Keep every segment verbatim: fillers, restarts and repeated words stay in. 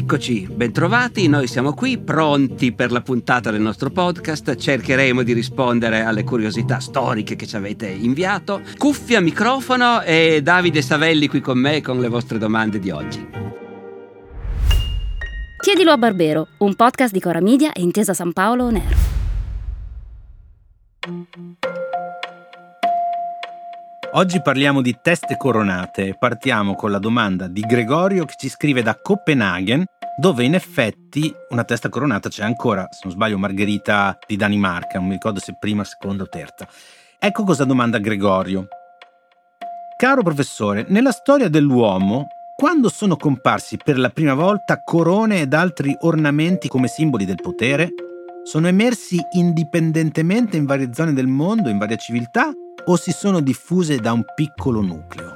Eccoci, bentrovati, noi siamo qui pronti per la puntata del nostro podcast. Cercheremo di rispondere alle curiosità storiche che ci avete inviato. Cuffia, microfono e Davide Savelli qui con me con le vostre domande di oggi. Chiedilo a Barbero, un podcast di Cora Media e Intesa San Paolo On Air. Oggi parliamo di teste coronate e partiamo con la domanda di Gregorio che ci scrive da Copenaghen, dove in effetti una testa coronata c'è ancora, se non sbaglio, Margherita di Danimarca, non mi ricordo se prima, seconda o terza. Ecco cosa domanda Gregorio. Caro professore, nella storia dell'uomo, quando sono comparsi per la prima volta corone ed altri ornamenti come simboli del potere? Sono emersi indipendentemente in varie zone del mondo, in varie civiltà, o si sono diffuse da un piccolo nucleo?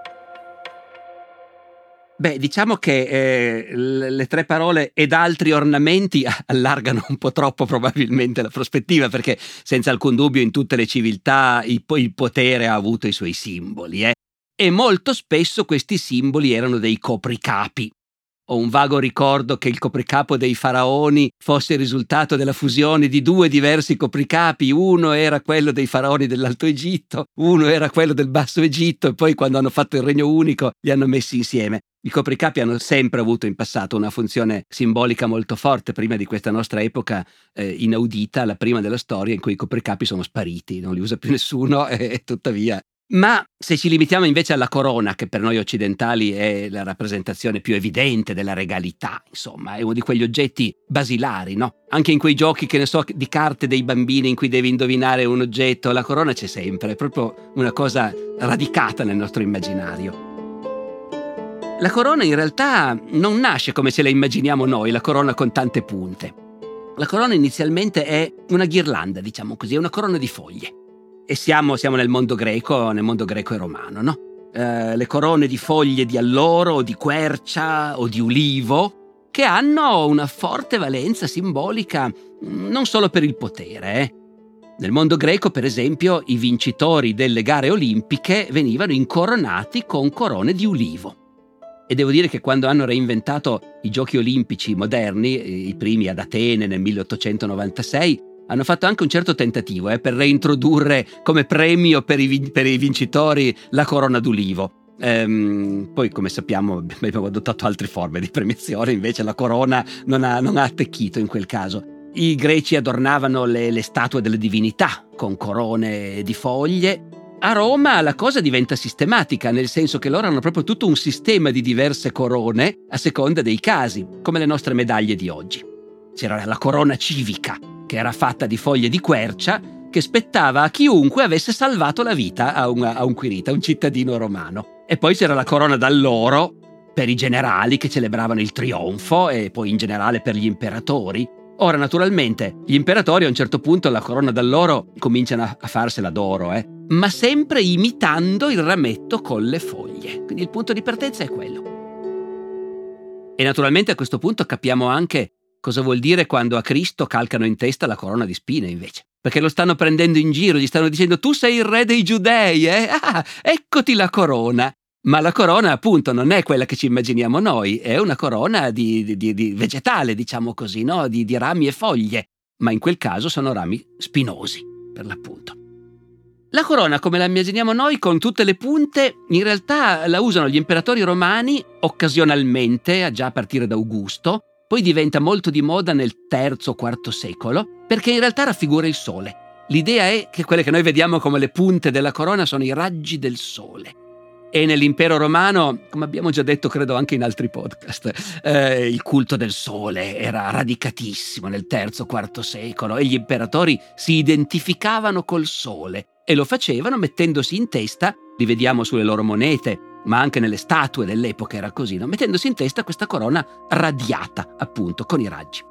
Beh, diciamo che eh, le tre parole ed altri ornamenti allargano un po' troppo probabilmente la prospettiva, perché senza alcun dubbio in tutte le civiltà il, il potere ha avuto i suoi simboli, eh? E molto spesso questi simboli erano dei copricapi. Ho un vago ricordo che il copricapo dei faraoni fosse il risultato della fusione di due diversi copricapi. Uno era quello dei faraoni dell'Alto Egitto, uno era quello del Basso Egitto, e poi quando hanno fatto il Regno Unico li hanno messi insieme. I copricapi hanno sempre avuto in passato una funzione simbolica molto forte, prima di questa nostra epoca eh, inaudita, la prima della storia in cui i copricapi sono spariti, non li usa più nessuno e, e tuttavia. Ma se ci limitiamo invece alla corona, che per noi occidentali è la rappresentazione più evidente della regalità, insomma, è uno di quegli oggetti basilari, no? Anche in quei giochi, che ne so, di carte dei bambini in cui devi indovinare un oggetto, la corona c'è sempre, è proprio una cosa radicata nel nostro immaginario. La corona in realtà non nasce come se la immaginiamo noi, la corona con tante punte. La corona inizialmente è una ghirlanda, diciamo così, è una corona di foglie. E siamo, siamo nel mondo greco, nel mondo greco e romano, no? Eh, le corone di foglie di alloro, o di quercia, o di ulivo, che hanno una forte valenza simbolica non solo per il potere. Eh. Nel mondo greco, per esempio, i vincitori delle gare olimpiche venivano incoronati con corone di ulivo. E devo dire che quando hanno reinventato i giochi olimpici moderni, i primi ad Atene nel milleottocentonovantasei, hanno fatto anche un certo tentativo eh, per reintrodurre come premio per i, per i vincitori la corona d'ulivo. Ehm, poi, come sappiamo, abbiamo adottato altre forme di premiazione, invece la corona non ha, non ha attecchito in quel caso. I greci adornavano le, le statue delle divinità con corone di foglie. A Roma la cosa diventa sistematica, nel senso che loro hanno proprio tutto un sistema di diverse corone a seconda dei casi, come le nostre medaglie di oggi. C'era la corona civica, che era fatta di foglie di quercia, che spettava a chiunque avesse salvato la vita a un, a un quirita, a un cittadino romano. E poi c'era la corona d'alloro per i generali che celebravano il trionfo, e poi in generale per gli imperatori. Ora, naturalmente, gli imperatori a un certo punto la corona d'alloro cominciano a, a farsela d'oro, eh? ma sempre imitando il rametto con le foglie. Quindi il punto di partenza è quello. E naturalmente a questo punto capiamo anche cosa vuol dire quando a Cristo calcano in testa la corona di spine, invece. Perché lo stanno prendendo in giro, gli stanno dicendo: tu sei il re dei giudei, eh? Ah, eccoti la corona. Ma la corona, appunto, non è quella che ci immaginiamo noi, è una corona di, di, di vegetale, diciamo così, no? Di, di rami e foglie. Ma in quel caso sono rami spinosi, per l'appunto. La corona, come la immaginiamo noi, con tutte le punte, in realtà la usano gli imperatori romani occasionalmente, già a partire da Augusto. Poi diventa molto di moda nel terzo o quarto secolo, perché in realtà raffigura il sole. L'idea è che quelle che noi vediamo come le punte della corona sono i raggi del sole. E nell'impero romano, come abbiamo già detto credo anche in altri podcast, eh, il culto del sole era radicatissimo nel terzo o quarto secolo, e gli imperatori si identificavano col sole e lo facevano mettendosi in testa, li vediamo sulle loro monete, ma anche nelle statue dell'epoca era così, no? Mettendosi in testa questa corona radiata, appunto, con i raggi.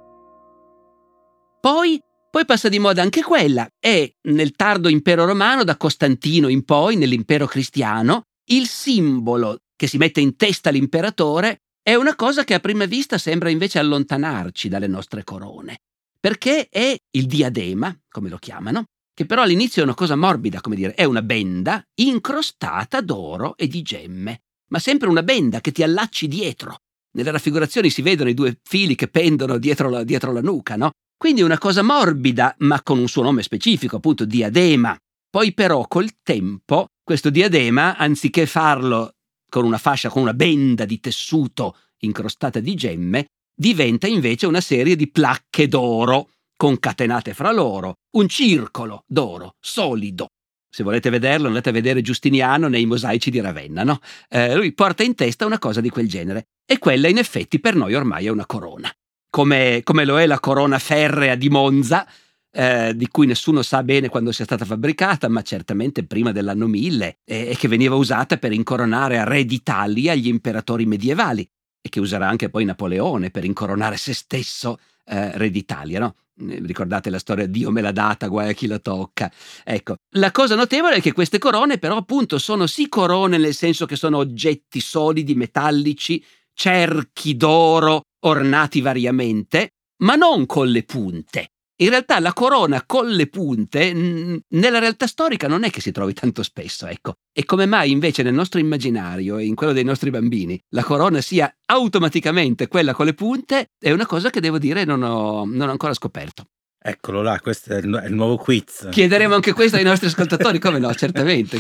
Poi, poi passa di moda anche quella, e nel tardo impero romano, da Costantino in poi, nell'impero cristiano, il simbolo che si mette in testa l'imperatore è una cosa che a prima vista sembra invece allontanarci dalle nostre corone, perché è il diadema, come lo chiamano, che però all'inizio è una cosa morbida, come dire, è una benda incrostata d'oro e di gemme, ma sempre una benda che ti allacci dietro. nelle raffigurazioni si vedono i due fili che pendono dietro la, dietro la nuca, no? Quindi una cosa morbida, ma con un suo nome specifico, appunto diadema. Poi però col tempo questo diadema, anziché farlo con una fascia, con una benda di tessuto incrostata di gemme, diventa invece una serie di placche d'oro concatenate fra loro, un circolo d'oro solido. Se volete vederlo, andate a vedere Giustiniano nei mosaici di Ravenna, no? Eh, lui porta in testa una cosa di quel genere, e quella in effetti per noi ormai è una corona. Come, come lo è la corona ferrea di Monza, eh, di cui nessuno sa bene quando sia stata fabbricata, ma certamente prima dell'anno mille, e, e che veniva usata per incoronare a re d'Italia gli imperatori medievali, e che userà anche poi Napoleone per incoronare se stesso eh, re d'Italia, no? Ricordate la storia Dio me l'ha data, guai a chi la tocca. Ecco, la cosa notevole è che queste corone però appunto sono sì corone nel senso che sono oggetti solidi, metallici, cerchi d'oro ornati variamente, ma non con le punte. In realtà la corona con le punte n- nella realtà storica non è che si trovi tanto spesso, ecco. E come mai invece nel nostro immaginario e in quello dei nostri bambini la corona sia automaticamente quella con le punte è una cosa che devo dire non ho, non ho ancora scoperto. Eccolo là, questo è il, è il nuovo quiz. Chiederemo anche questo ai nostri ascoltatori, come no, certamente.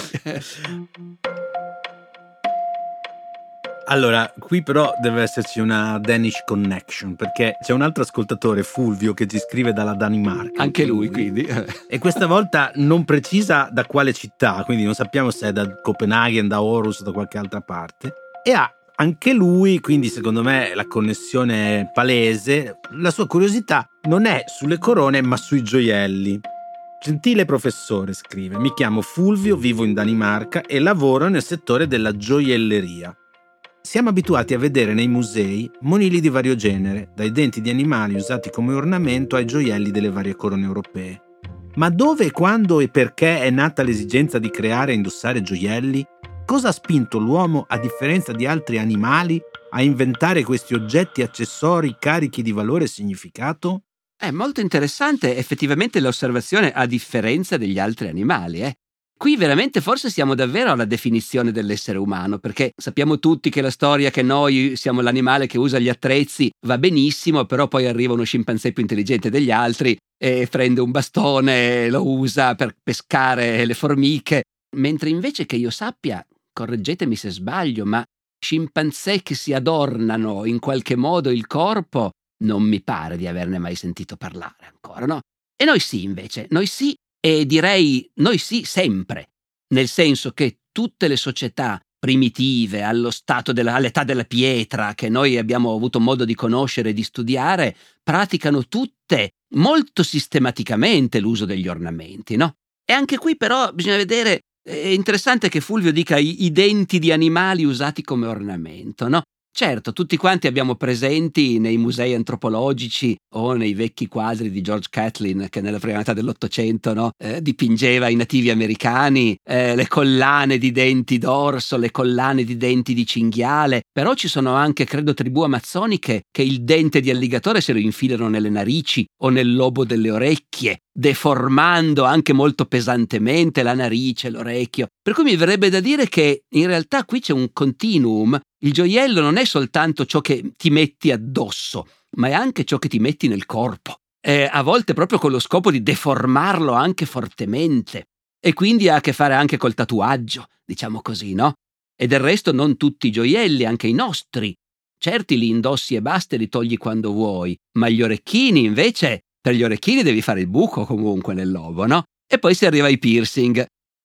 Allora, qui però deve esserci una Danish connection, perché c'è un altro ascoltatore, Fulvio, che ci scrive dalla Danimarca. Anche lui, quindi. E questa volta non precisa da quale città, quindi non sappiamo se è da Copenaghen, da Aarhus o da qualche altra parte. E ha anche lui, quindi secondo me la connessione è palese, la sua curiosità non è sulle corone ma sui gioielli. Gentile professore, scrive, mi chiamo Fulvio, vivo in Danimarca e lavoro nel settore della gioielleria. Siamo abituati a vedere nei musei monili di vario genere, dai denti di animali usati come ornamento ai gioielli delle varie corone europee. Ma dove, quando e perché è nata l'esigenza di creare e indossare gioielli? Cosa ha spinto l'uomo, a differenza di altri animali, a inventare questi oggetti accessori carichi di valore e significato? È molto interessante effettivamente l'osservazione a differenza degli altri animali, eh. Qui veramente forse siamo davvero alla definizione dell'essere umano, perché sappiamo tutti che la storia che noi siamo l'animale che usa gli attrezzi va benissimo, però poi arriva uno scimpanzé più intelligente degli altri e prende un bastone e lo usa per pescare le formiche, mentre invece che io sappia, correggetemi se sbaglio, ma scimpanzé che si adornano in qualche modo il corpo non mi pare di averne mai sentito parlare ancora, no? E noi sì, invece, noi sì. E direi noi sì sempre, nel senso che tutte le società primitive allo stato della, all'età della pietra che noi abbiamo avuto modo di conoscere e di studiare praticano tutte molto sistematicamente l'uso degli ornamenti, no? E anche qui però bisogna vedere, è interessante che Fulvio dica i, i denti di animali usati come ornamento, no? Certo, tutti quanti abbiamo presenti nei musei antropologici o nei vecchi quadri di George Catlin che nella prima metà dell'Ottocento, no, eh, dipingeva i nativi americani, eh, le collane di denti d'orso, le collane di denti di cinghiale, però ci sono anche, credo, tribù amazzoniche che il dente di alligatore se lo infilano nelle narici o nel lobo delle orecchie, deformando anche molto pesantemente la narice, l'orecchio. Per cui mi verrebbe da dire che in realtà qui c'è un continuum. Il gioiello non è soltanto ciò che ti metti addosso, ma è anche ciò che ti metti nel corpo. Eh, a volte proprio con lo scopo di deformarlo anche fortemente. E quindi ha a che fare anche col tatuaggio, diciamo così, no? E del resto non tutti i gioielli, anche i nostri. Certi li indossi e basta e li togli quando vuoi, ma gli orecchini invece, per gli orecchini devi fare il buco comunque nel lobo, no? E poi si arriva ai piercing.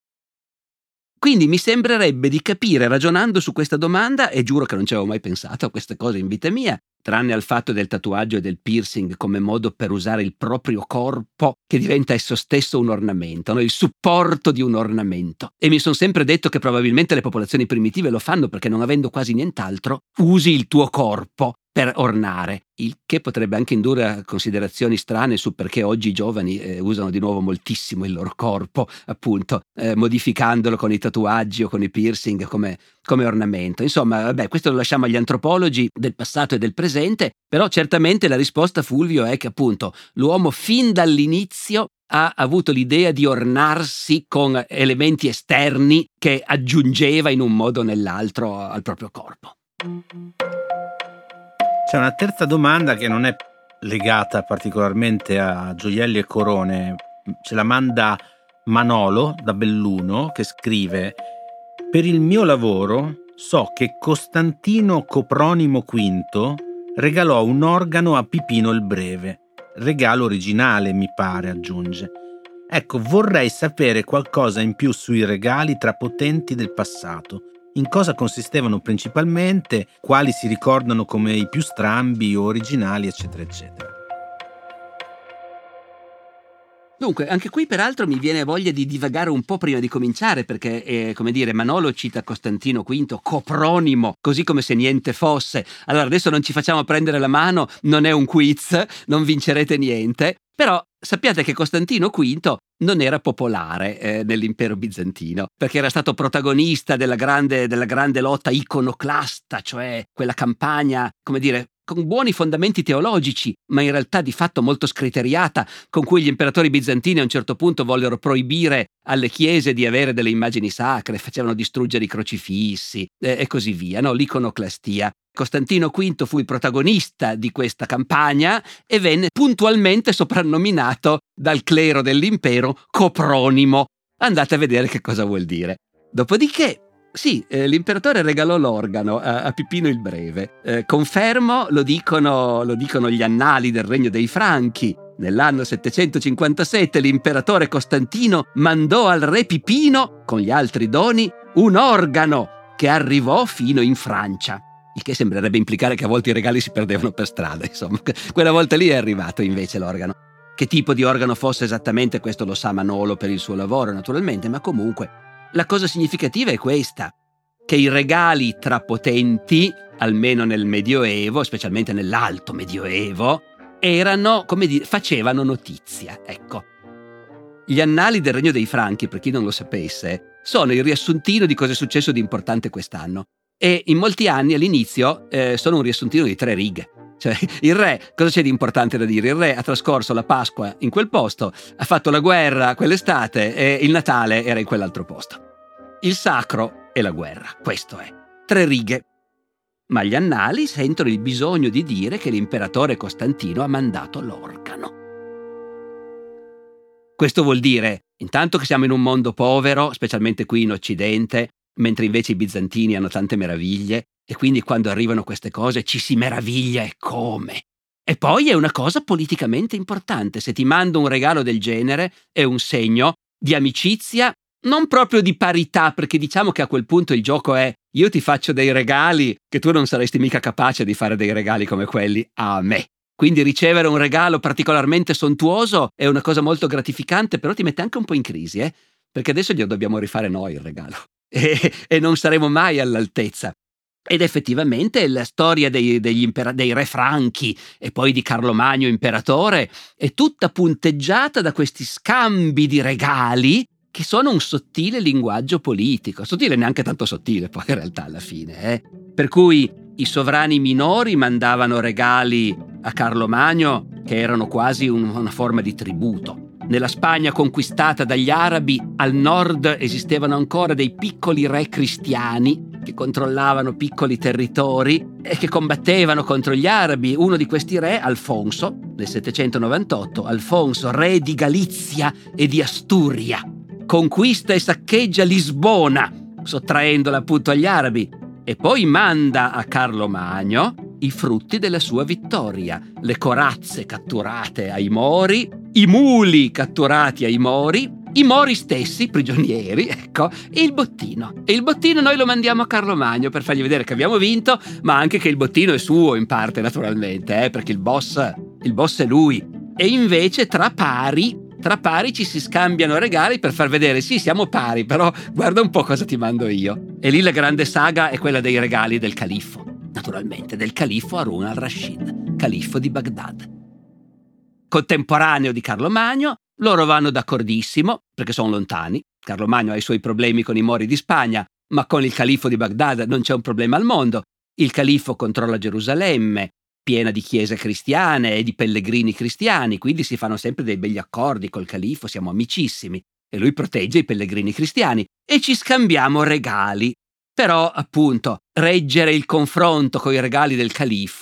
Quindi mi sembrerebbe di capire, ragionando su questa domanda, e giuro che non ci avevo mai pensato a queste cose in vita mia, tranne al fatto del tatuaggio e del piercing come modo per usare il proprio corpo che diventa esso stesso un ornamento, no? Il supporto di un ornamento. E mi sono sempre detto che probabilmente le popolazioni primitive lo fanno perché non avendo quasi nient'altro, usi il tuo corpo per ornare, il che potrebbe anche indurre a considerazioni strane su perché oggi i giovani eh, usano di nuovo moltissimo il loro corpo, appunto, eh, modificandolo con i tatuaggi o con i piercing come, come ornamento. Insomma, vabbè, questo lo lasciamo agli antropologi del passato e del presente, però certamente la risposta, Fulvio, è che appunto l'uomo fin dall'inizio ha avuto l'idea di ornarsi con elementi esterni che aggiungeva in un modo o nell'altro al proprio corpo. C'è una terza domanda che non è legata particolarmente a gioielli e corone. Ce la manda Manolo da Belluno, che scrive: per il mio lavoro so che Costantino Copronimo V regalò un organo a Pipino il Breve. Regalo originale, mi pare, aggiunge. Ecco, vorrei sapere qualcosa in più sui regali tra potenti del passato. In cosa consistevano principalmente, quali si ricordano come i più strambi o originali, eccetera, eccetera. Dunque, anche qui peraltro mi viene voglia di divagare un po' prima di cominciare, perché, eh, come dire, Manolo cita Costantino V, Copronimo, così come se niente fosse. Allora, adesso non ci facciamo prendere la mano, non è un quiz, non vincerete niente, però sappiate che Costantino V non era popolare eh, nell'impero bizantino, perché era stato protagonista della grande, della grande lotta iconoclasta, cioè quella campagna, come dire, con buoni fondamenti teologici, ma in realtà di fatto molto scriteriata, con cui gli imperatori bizantini a un certo punto vollero proibire alle chiese di avere delle immagini sacre, facevano distruggere i crocifissi eh, e così via, no? L'iconoclastia. Costantino V fu il protagonista di questa campagna e venne puntualmente soprannominato dal clero dell'impero Copronimo. Andate a vedere che cosa vuol dire. Dopodiché, sì, eh, l'imperatore regalò l'organo a, a Pipino il Breve. Eh, confermo, lo dicono, lo dicono gli annali del regno dei Franchi. Nell'anno settecentocinquantasette l'imperatore Costantino mandò al re Pipino, con gli altri doni, un organo che arrivò fino in Francia. Il che sembrerebbe implicare che a volte i regali si perdevano per strada, insomma. Quella volta lì è arrivato invece l'organo. Che tipo di organo fosse esattamente, questo lo sa Manolo per il suo lavoro, naturalmente, ma comunque la cosa significativa è questa, che i regali tra potenti, almeno nel Medioevo, specialmente nell'Alto Medioevo, erano, come dire, facevano notizia, ecco. Gli annali del Regno dei Franchi, per chi non lo sapesse, sono il riassuntino di cosa è successo di importante quest'anno. E in molti anni all'inizio eh, sono un riassuntino di tre righe. Cioè, il re, cosa c'è di importante da dire? Il re ha trascorso la Pasqua in quel posto, ha fatto la guerra quell'estate e il Natale era in quell'altro posto. Il sacro e la guerra, questo è. Tre righe. Ma gli annali sentono il bisogno di dire che l'imperatore Costantino ha mandato l'organo. Questo vuol dire, intanto, che siamo in un mondo povero, specialmente qui in Occidente, mentre invece i bizantini hanno tante meraviglie, e quindi quando arrivano queste cose ci si meraviglia e come. E poi è una cosa politicamente importante. Se ti mando un regalo del genere è un segno di amicizia, non proprio di parità, perché diciamo che a quel punto il gioco è: io ti faccio dei regali che tu non saresti mica capace di fare dei regali come quelli a me. Quindi ricevere un regalo particolarmente sontuoso è una cosa molto gratificante, però ti mette anche un po' in crisi, eh? Perché adesso glielo dobbiamo rifare noi il regalo e, e non saremo mai all'altezza. Ed effettivamente la storia dei, degli impera- dei re franchi e poi di Carlo Magno imperatore è tutta punteggiata da questi scambi di regali che sono un sottile linguaggio politico, sottile neanche tanto sottile poi in realtà alla fine, eh? Per cui i sovrani minori mandavano regali a Carlo Magno che erano quasi un, una forma di tributo. Nella Spagna conquistata dagli arabi, al nord esistevano ancora dei piccoli re cristiani che controllavano piccoli territori e che combattevano contro gli arabi. Uno di questi re, Alfonso, nel settecentonovantotto, Alfonso, re di Galizia e di Asturia, conquista e saccheggia Lisbona, sottraendola appunto agli arabi, e poi manda a Carlo Magno i frutti della sua vittoria, le corazze catturate ai Mori, i muli catturati ai Mori, i Mori stessi prigionieri, ecco, e il bottino. E il bottino noi lo mandiamo a Carlo Magno per fargli vedere che abbiamo vinto, ma anche che il bottino è suo in parte, naturalmente, eh, perché il boss, il boss è lui. E invece tra pari, tra pari ci si scambiano regali per far vedere: sì, siamo pari, però guarda un po' cosa ti mando io. E lì la grande saga è quella dei regali del califfo. Naturalmente del califfo Harun al-Rashid, califfo di Baghdad. Contemporaneo di Carlo Magno, loro vanno d'accordissimo, perché sono lontani. Carlo Magno ha i suoi problemi con i Mori di Spagna, ma con il califfo di Baghdad non c'è un problema al mondo. Il califfo controlla Gerusalemme, piena di chiese cristiane e di pellegrini cristiani, quindi si fanno sempre dei begli accordi col califfo, siamo amicissimi, e lui protegge i pellegrini cristiani, e ci scambiamo regali. Però, appunto, reggere il confronto con i regali del califfo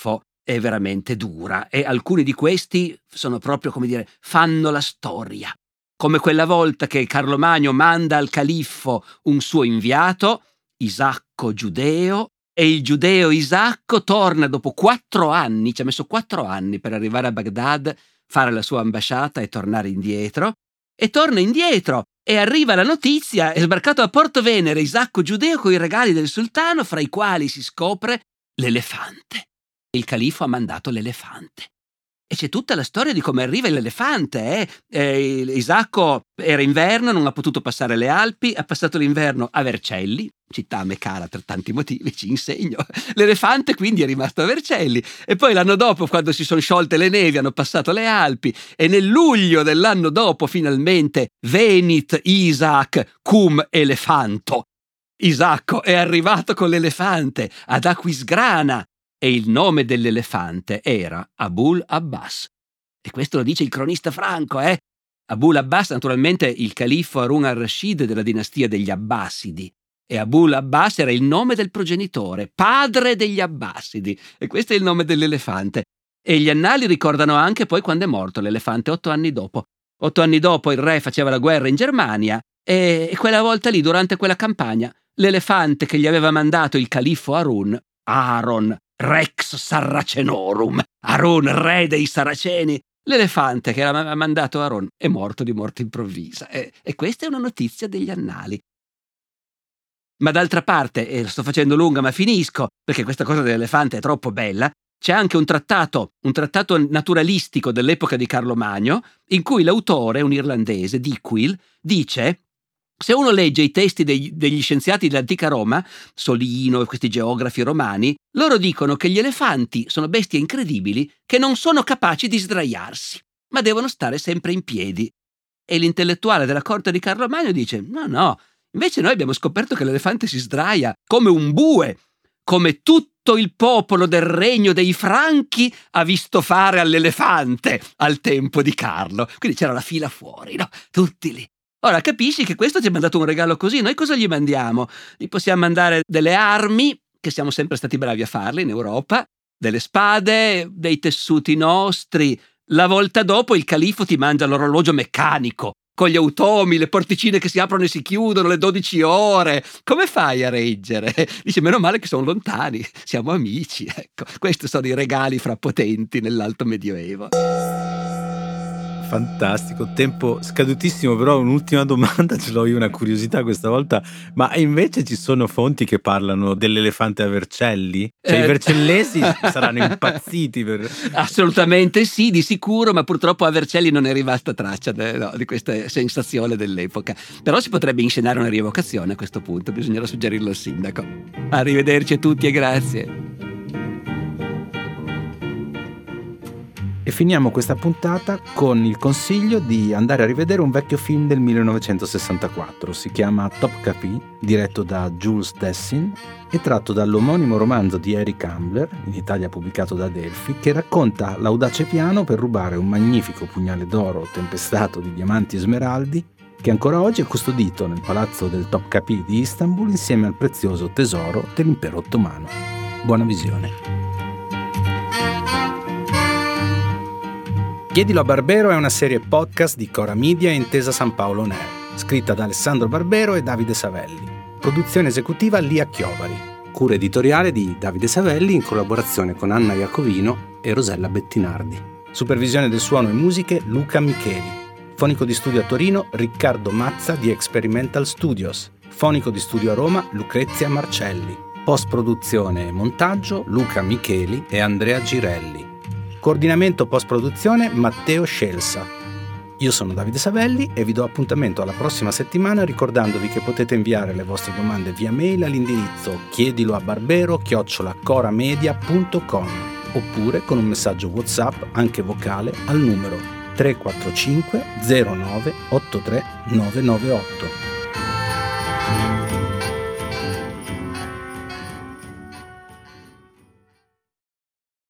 è veramente dura e alcuni di questi sono proprio, come dire, fanno la storia. Come quella volta che Carlo Magno manda al califfo un suo inviato, Isacco Giudeo, e il giudeo Isacco torna dopo quattro anni, ci ha messo quattro anni per arrivare a Baghdad, fare la sua ambasciata e tornare indietro, e torna indietro e arriva la notizia, è sbarcato a Porto Venere Isacco Giudeo con i regali del sultano, fra i quali si scopre l'elefante. Il califfo ha mandato l'elefante. E c'è tutta la storia di come arriva l'elefante. Eh? Eh, Isacco era inverno, non ha potuto passare le Alpi, ha passato l'inverno a Vercelli, città a me cara per tanti motivi, ci insegno. L'elefante quindi è rimasto a Vercelli. E poi l'anno dopo, quando si sono sciolte le nevi, hanno passato le Alpi. E nel luglio dell'anno dopo, finalmente, venit Isaac cum elefanto. Isacco è arrivato con l'elefante ad Aquisgrana. E il nome dell'elefante era Abul Abbas. E questo lo dice il cronista franco, eh? Abul Abbas, naturalmente, il califfo Harun al-Rashid della dinastia degli Abbasidi. E Abul Abbas era il nome del progenitore, padre degli Abbasidi. E questo è il nome dell'elefante. E gli annali ricordano anche poi quando è morto l'elefante, otto anni dopo. Otto anni dopo il re faceva la guerra in Germania e, e quella volta lì, durante quella campagna, l'elefante che gli aveva mandato il califfo Harun, Aaron, Rex Sarracenorum, Harun, re dei Saraceni, l'elefante che aveva mandato Aaron è morto di morte improvvisa. E, e questa è una notizia degli annali. Ma d'altra parte, e la sto facendo lunga ma finisco, perché questa cosa dell'elefante è troppo bella, c'è anche un trattato, un trattato naturalistico dell'epoca di Carlo Magno, in cui l'autore, un irlandese, Dicuil, dice: se uno legge i testi degli, degli scienziati dell'antica Roma, Solino e questi geografi romani, loro dicono che gli elefanti sono bestie incredibili che non sono capaci di sdraiarsi, ma devono stare sempre in piedi. E l'intellettuale della corte di Carlo Magno dice: no, no, invece noi abbiamo scoperto che l'elefante si sdraia come un bue, come tutto il popolo del regno dei Franchi ha visto fare all'elefante al tempo di Carlo. Quindi c'era la fila fuori, no? Tutti lì. Ora capisci che questo ci ha mandato un regalo così, noi cosa gli mandiamo? Gli possiamo mandare delle armi, che siamo sempre stati bravi a farle in Europa, delle spade, dei tessuti nostri. La volta dopo il califfo ti mangia l'orologio meccanico, con gli automi, le porticine che si aprono e si chiudono, le dodici ore. Come fai a reggere? Dice: meno male che sono lontani, siamo amici. Ecco, questi sono i regali fra potenti nell'Alto Medioevo. Fantastico, tempo scadutissimo, però un'ultima domanda, ce l'ho io, una curiosità questa volta, ma invece ci sono fonti che parlano dell'elefante a Vercelli? Cioè eh, i vercellesi saranno impazziti per... Assolutamente sì, di sicuro, ma purtroppo a Vercelli non è rimasta traccia de, no, di questa sensazione dell'epoca. Però si potrebbe inscenare una rievocazione a questo punto, bisognerà suggerirlo al sindaco. Arrivederci a tutti e grazie. E finiamo questa puntata con il consiglio di andare a rivedere un vecchio film del millenovecentosessantaquattro. Si chiama Topkapi, diretto da Jules Dessin e tratto dall'omonimo romanzo di Eric Ambler, in Italia pubblicato da Adelphi, che racconta l'audace piano per rubare un magnifico pugnale d'oro tempestato di diamanti e smeraldi che ancora oggi è custodito nel palazzo del Topkapi di Istanbul insieme al prezioso tesoro dell'impero ottomano. Buona visione. Chiedilo a Barbero è una serie podcast di Cora Media e Intesa San Paolo On Air, scritta da Alessandro Barbero e Davide Savelli. Produzione esecutiva Lia Chiovari. Cura editoriale di Davide Savelli in collaborazione con Anna Iacovino e Rosella Bettinardi. Supervisione del suono e musiche Luca Micheli. Fonico di studio a Torino Riccardo Mazza di Experimental Studios. Fonico di studio a Roma Lucrezia Marcelli. Post-produzione e montaggio Luca Micheli e Andrea Girelli. Coordinamento post-produzione Matteo Scelsa. Io sono Davide Savelli e vi do appuntamento alla prossima settimana ricordandovi che potete inviare le vostre domande via mail all'indirizzo chiedilo a barbero chiocciola coramedia punto com oppure con un messaggio WhatsApp anche vocale al numero tre quattro cinque zero nove otto tre nove nove otto.